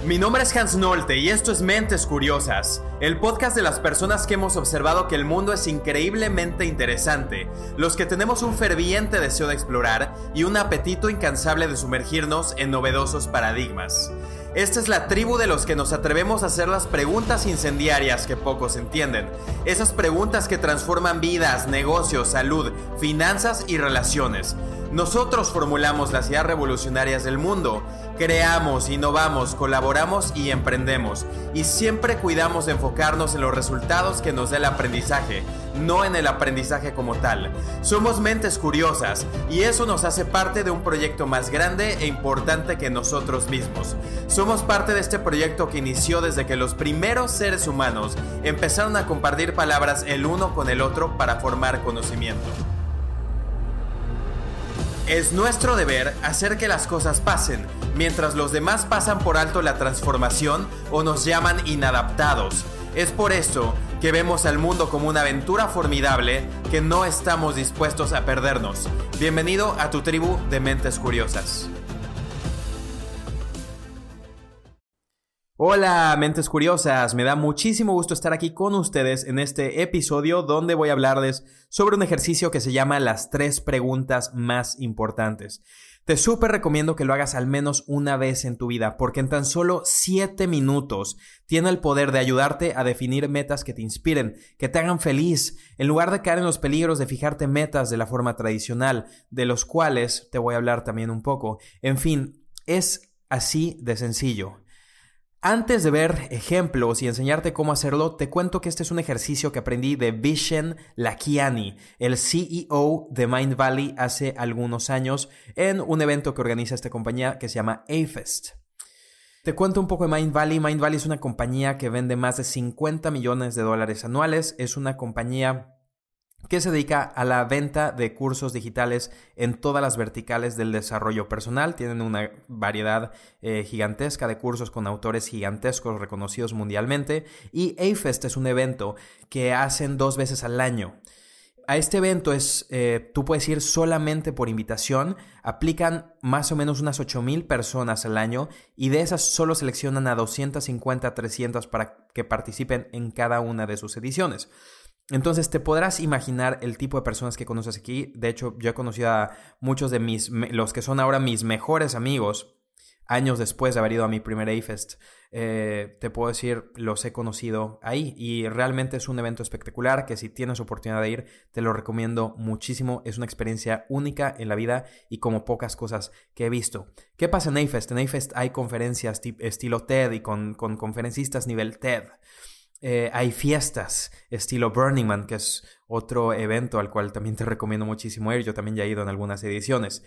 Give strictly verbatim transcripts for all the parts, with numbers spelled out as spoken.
Mi nombre es Hans Nolte y esto es Mentes Curiosas, el podcast de las personas que hemos observado que el mundo es increíblemente interesante, los que tenemos un ferviente deseo de explorar y un apetito incansable de sumergirnos en novedosos paradigmas. Esta es la tribu de los que nos atrevemos a hacer las preguntas incendiarias que pocos entienden. Esas preguntas que transforman vidas, negocios, salud, finanzas y relaciones. Nosotros formulamos las ideas revolucionarias del mundo. Creamos, innovamos, colaboramos y emprendemos. Y siempre cuidamos de enfocarnos en los resultados que nos dé el aprendizaje, no en el aprendizaje como tal. Somos mentes curiosas y eso nos hace parte de un proyecto más grande e importante que nosotros mismos. Somos parte de este proyecto que inició desde que los primeros seres humanos empezaron a compartir palabras el uno con el otro para formar conocimiento. Es nuestro deber hacer que las cosas pasen, mientras los demás pasan por alto la transformación o nos llaman inadaptados. Es por eso que vemos al mundo como una aventura formidable que no estamos dispuestos a perdernos. Bienvenido a tu tribu de Mentes Curiosas. Hola, Mentes Curiosas, me da muchísimo gusto estar aquí con ustedes en este episodio donde voy a hablarles sobre un ejercicio que se llama las tres preguntas más importantes. Te súper recomiendo que lo hagas al menos una vez en tu vida porque en tan solo siete minutos tiene el poder de ayudarte a definir metas que te inspiren, que te hagan feliz, en lugar de caer en los peligros de fijarte metas de la forma tradicional, de los cuales te voy a hablar también un poco. En fin, es así de sencillo. Antes de ver ejemplos y enseñarte cómo hacerlo, te cuento que este es un ejercicio que aprendí de Vishen Lakhiani, el C E O de Mindvalley hace algunos años, en un evento que organiza esta compañía que se llama A-Fest. Te cuento un poco de Mindvalley. Mindvalley es una compañía que vende más de cincuenta millones de dólares anuales. Es una compañía que se dedica a la venta de cursos digitales en todas las verticales del desarrollo personal. Tienen una variedad eh, gigantesca de cursos con autores gigantescos reconocidos mundialmente. Y A-Fest es un evento que hacen dos veces al año. A este evento es, eh, tú puedes ir solamente por invitación. Aplican más o menos unas ocho mil personas al año y de esas solo seleccionan a doscientas cincuenta a trescientas para que participen en cada una de sus ediciones. Entonces te podrás imaginar el tipo de personas que conoces aquí. De hecho, yo he conocido a muchos de mis, los que son ahora mis mejores amigos, años después de haber ido a mi primer A-Fest. Eh, te puedo decir, los he conocido ahí y realmente es un evento espectacular que si tienes oportunidad de ir, te lo recomiendo muchísimo. Es una experiencia única en la vida y como pocas cosas que he visto. ¿Qué pasa en A-Fest? En A-Fest hay conferencias tip, estilo TED y con, con conferencistas nivel TED. Eh, hay fiestas estilo Burning Man, que es otro evento al cual también te recomiendo muchísimo ir. Yo también ya he ido en algunas ediciones.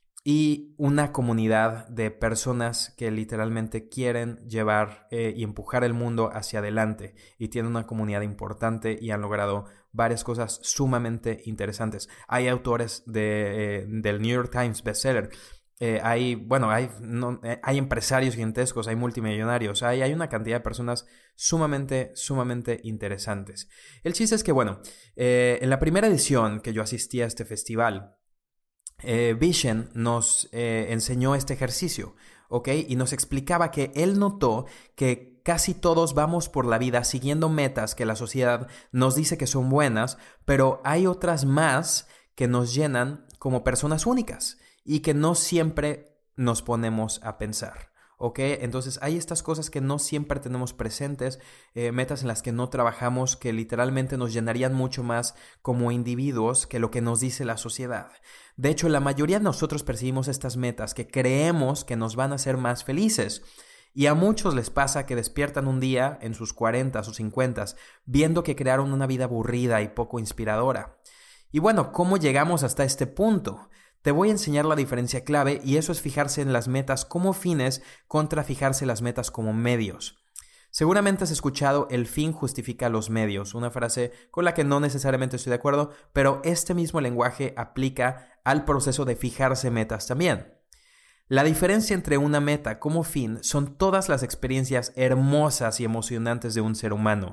Y una comunidad de personas que literalmente quieren llevar eh, y empujar el mundo hacia adelante. Y tienen una comunidad importante y han logrado varias cosas sumamente interesantes. Hay autores de, eh, del New York Times bestseller. Eh, hay, bueno, hay, no, eh, hay empresarios gigantescos, hay multimillonarios, hay, hay una cantidad de personas sumamente, sumamente interesantes. El chiste es que, bueno, eh, en la primera edición que yo asistí a este festival, eh, Vishen nos eh, enseñó este ejercicio, ¿ok? Y nos explicaba que él notó que casi todos vamos por la vida siguiendo metas que la sociedad nos dice que son buenas, pero hay otras más que nos llenan como personas únicas y que no siempre nos ponemos a pensar, ¿ok? Entonces hay estas cosas que no siempre tenemos presentes, eh, metas en las que no trabajamos que literalmente nos llenarían mucho más como individuos que lo que nos dice la sociedad. De hecho, la mayoría de nosotros percibimos estas metas que creemos que nos van a hacer más felices. Y a muchos les pasa que despiertan un día en sus cuarentas o cincuentas viendo que crearon una vida aburrida y poco inspiradora. Y bueno, ¿cómo llegamos hasta este punto? Te voy a enseñar la diferencia clave y eso es fijarse en las metas como fines contra fijarse las metas como medios. Seguramente has escuchado el fin justifica los medios, una frase con la que no necesariamente estoy de acuerdo, pero este mismo lenguaje aplica al proceso de fijarse metas también. La diferencia entre una meta como fin son todas las experiencias hermosas y emocionantes de un ser humano.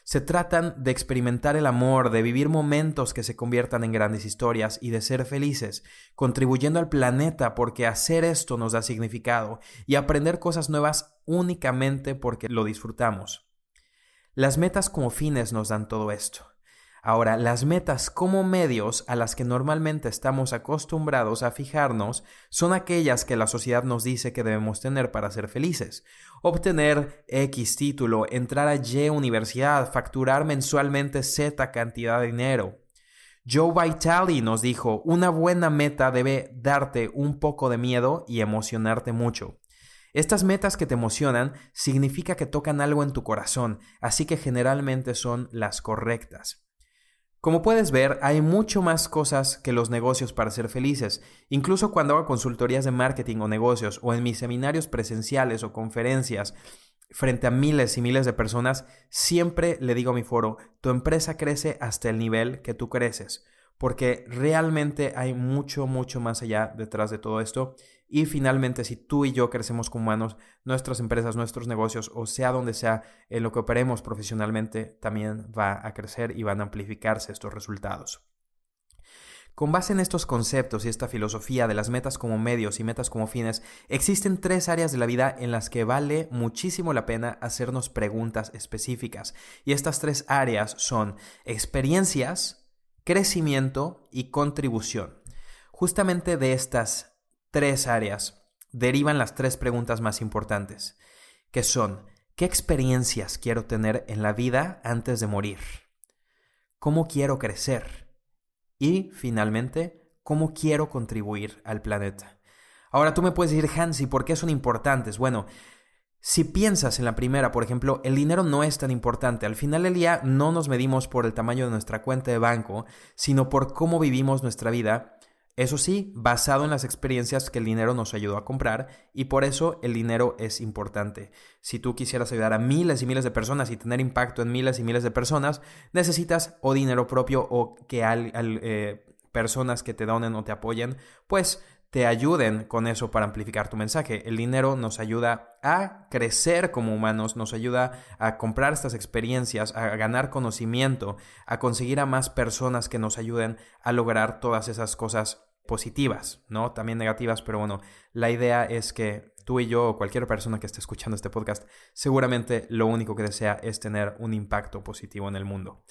Se tratan de experimentar el amor, de vivir momentos que se conviertan en grandes historias y de ser felices, contribuyendo al planeta porque hacer esto nos da significado y aprender cosas nuevas únicamente porque lo disfrutamos. Las metas como fines nos dan todo esto. Ahora, las metas como medios a las que normalmente estamos acostumbrados a fijarnos son aquellas que la sociedad nos dice que debemos tener para ser felices. Obtener X título, entrar a Y universidad, facturar mensualmente Z cantidad de dinero. Joe Vitale nos dijo, una buena meta debe darte un poco de miedo y emocionarte mucho. Estas metas que te emocionan significa que tocan algo en tu corazón, así que generalmente son las correctas. Como puedes ver, hay mucho más cosas que los negocios para ser felices. Incluso cuando hago consultorías de marketing o negocios o en mis seminarios presenciales o conferencias frente a miles y miles de personas, siempre le digo a mi foro, tu empresa crece hasta el nivel que tú creces. Porque realmente hay mucho, mucho más allá detrás de todo esto. Y finalmente, si tú y yo crecemos como humanos, nuestras empresas, nuestros negocios, o sea donde sea en lo que operemos profesionalmente, también va a crecer y van a amplificarse estos resultados. Con base en estos conceptos y esta filosofía de las metas como medios y metas como fines, existen tres áreas de la vida en las que vale muchísimo la pena hacernos preguntas específicas. Y estas tres áreas son experiencias, crecimiento y contribución. Justamente de estas tres áreas derivan las tres preguntas más importantes, que son, ¿qué experiencias quiero tener en la vida antes de morir? ¿Cómo quiero crecer? Y, finalmente, ¿cómo quiero contribuir al planeta? Ahora tú me puedes decir, Hansi, ¿por qué son importantes? Bueno, si piensas en la primera, por ejemplo, el dinero no es tan importante. Al final del día no nos medimos por el tamaño de nuestra cuenta de banco, sino por cómo vivimos nuestra vida. Eso sí, basado en las experiencias que el dinero nos ayudó a comprar, y por eso el dinero es importante. Si tú quisieras ayudar a miles y miles de personas y tener impacto en miles y miles de personas, necesitas o dinero propio o que al, al, eh, personas que te donen o te apoyen, pues te ayuden con eso para amplificar tu mensaje. El dinero nos ayuda a crecer como humanos, nos ayuda a comprar estas experiencias, a ganar conocimiento, a conseguir a más personas que nos ayuden a lograr todas esas cosas positivas, ¿no? También negativas, pero bueno, la idea es que tú y yo o cualquier persona que esté escuchando este podcast seguramente lo único que desea es tener un impacto positivo en el mundo.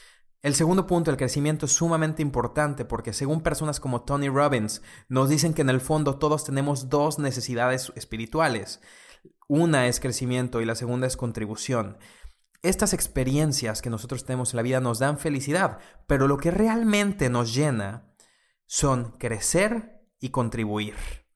El segundo punto, el crecimiento, es sumamente importante porque según personas como Tony Robbins nos dicen que en el fondo todos tenemos dos necesidades espirituales. Una es crecimiento y la segunda es contribución. Estas experiencias que nosotros tenemos en la vida nos dan felicidad, pero lo que realmente nos llena son crecer y contribuir.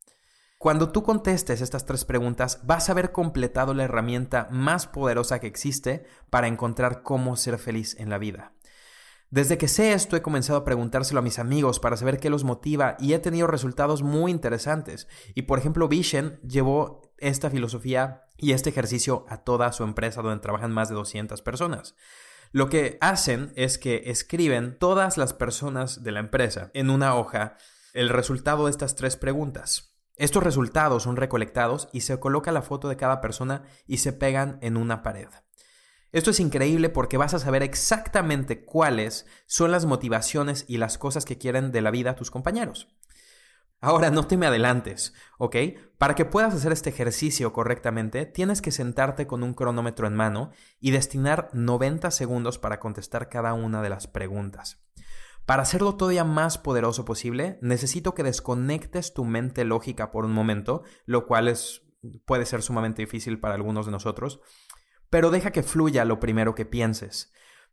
Cuando tú contestes estas tres preguntas, vas a haber completado la herramienta más poderosa que existe para encontrar cómo ser feliz en la vida. Desde que sé esto he comenzado a preguntárselo a mis amigos para saber qué los motiva y he tenido resultados muy interesantes. Y por ejemplo, Vision llevó esta filosofía y este ejercicio a toda su empresa donde trabajan más de doscientas personas. Lo que hacen es que escriben todas las personas de la empresa en una hoja el resultado de estas tres preguntas. Estos resultados son recolectados y se coloca la foto de cada persona y se pegan en una pared. Esto es increíble porque vas a saber exactamente cuáles son las motivaciones y las cosas que quieren de la vida tus compañeros. Ahora, no te me adelantes, ¿ok? Para que puedas hacer este ejercicio correctamente, tienes que sentarte con un cronómetro en mano y destinar noventa segundos para contestar cada una de las preguntas. Para hacerlo todavía más poderoso posible, necesito que desconectes tu mente lógica por un momento, lo cual es, puede ser sumamente difícil para algunos de nosotros. Pero deja que fluya lo primero que pienses.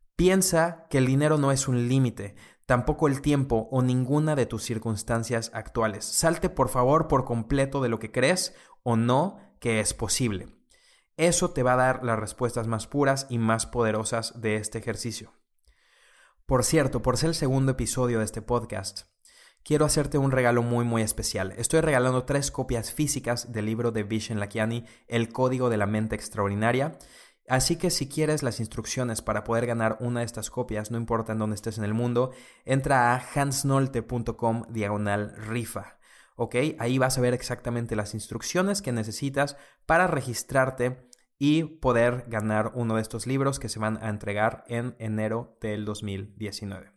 Piensa que el dinero no es un límite, tampoco el tiempo o ninguna de tus circunstancias actuales. Salte por favor por completo de lo que crees o no que es posible. Eso te va a dar las respuestas más puras y más poderosas de este ejercicio. Por cierto, por ser el segundo episodio de este podcast, quiero hacerte un regalo muy muy especial. Estoy regalando tres copias físicas del libro de Vishen Lakhiani, El Código de la Mente Extraordinaria. Así que si quieres las instrucciones para poder ganar una de estas copias, no importa en dónde estés en el mundo, entra a hansnolte.com diagonal rifa. ¿Ok? Ahí vas a ver exactamente las instrucciones que necesitas para registrarte y poder ganar uno de estos libros que se van a entregar en enero del dos mil diecinueve.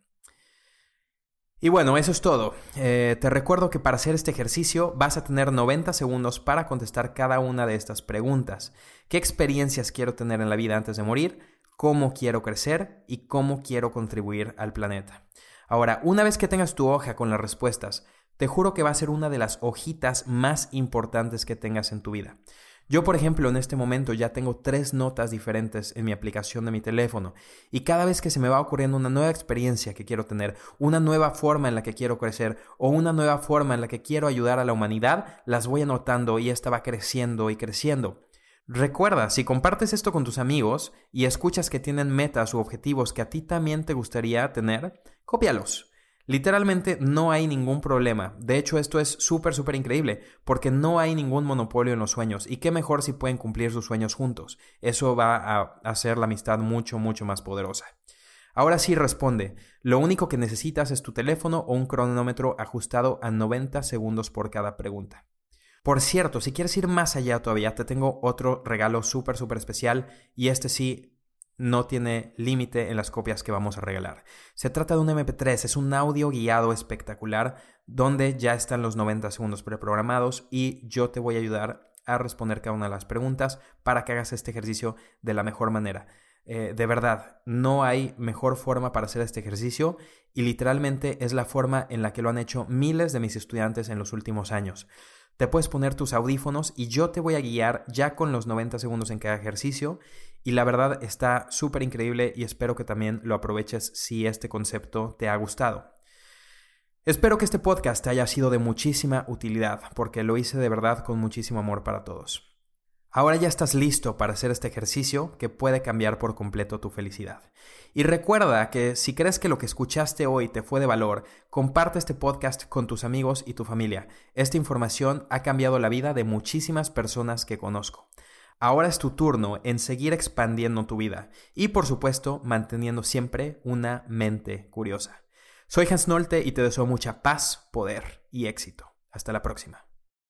Y bueno, eso es todo. Eh, te recuerdo que para hacer este ejercicio vas a tener noventa segundos para contestar cada una de estas preguntas. ¿Qué experiencias quiero tener en la vida antes de morir? ¿Cómo quiero crecer? ¿Y cómo quiero contribuir al planeta? Ahora, una vez que tengas tu hoja con las respuestas, te juro que va a ser una de las hojitas más importantes que tengas en tu vida. Yo, por ejemplo, en este momento ya tengo tres notas diferentes en mi aplicación de mi teléfono y cada vez que se me va ocurriendo una nueva experiencia que quiero tener, una nueva forma en la que quiero crecer o una nueva forma en la que quiero ayudar a la humanidad, las voy anotando y esta va creciendo y creciendo. Recuerda, si compartes esto con tus amigos y escuchas que tienen metas u objetivos que a ti también te gustaría tener, cópialos. Literalmente no hay ningún problema. De hecho, esto es súper, súper increíble porque no hay ningún monopolio en los sueños. Y qué mejor si pueden cumplir sus sueños juntos. Eso va a hacer la amistad mucho, mucho más poderosa. Ahora sí responde. Lo único que necesitas es tu teléfono o un cronómetro ajustado a noventa segundos por cada pregunta. Por cierto, si quieres ir más allá todavía, te tengo otro regalo súper, súper especial y este sí no tiene límite en las copias que vamos a regalar. Se trata de un eme pe tres, es un audio guiado espectacular donde ya están los noventa segundos preprogramados y yo te voy a ayudar a responder cada una de las preguntas para que hagas este ejercicio de la mejor manera. Eh, de verdad, no hay mejor forma para hacer este ejercicio y literalmente es la forma en la que lo han hecho miles de mis estudiantes en los últimos años. Te puedes poner tus audífonos y yo te voy a guiar ya con los noventa segundos en cada ejercicio y la verdad está súper increíble y espero que también lo aproveches si este concepto te ha gustado. Espero que este podcast te haya sido de muchísima utilidad porque lo hice de verdad con muchísimo amor para todos. Ahora ya estás listo para hacer este ejercicio que puede cambiar por completo tu felicidad. Y recuerda que si crees que lo que escuchaste hoy te fue de valor, comparte este podcast con tus amigos y tu familia. Esta información ha cambiado la vida de muchísimas personas que conozco. Ahora es tu turno en seguir expandiendo tu vida y, por supuesto, manteniendo siempre una mente curiosa. Soy Hans Nolte y te deseo mucha paz, poder y éxito. Hasta la próxima.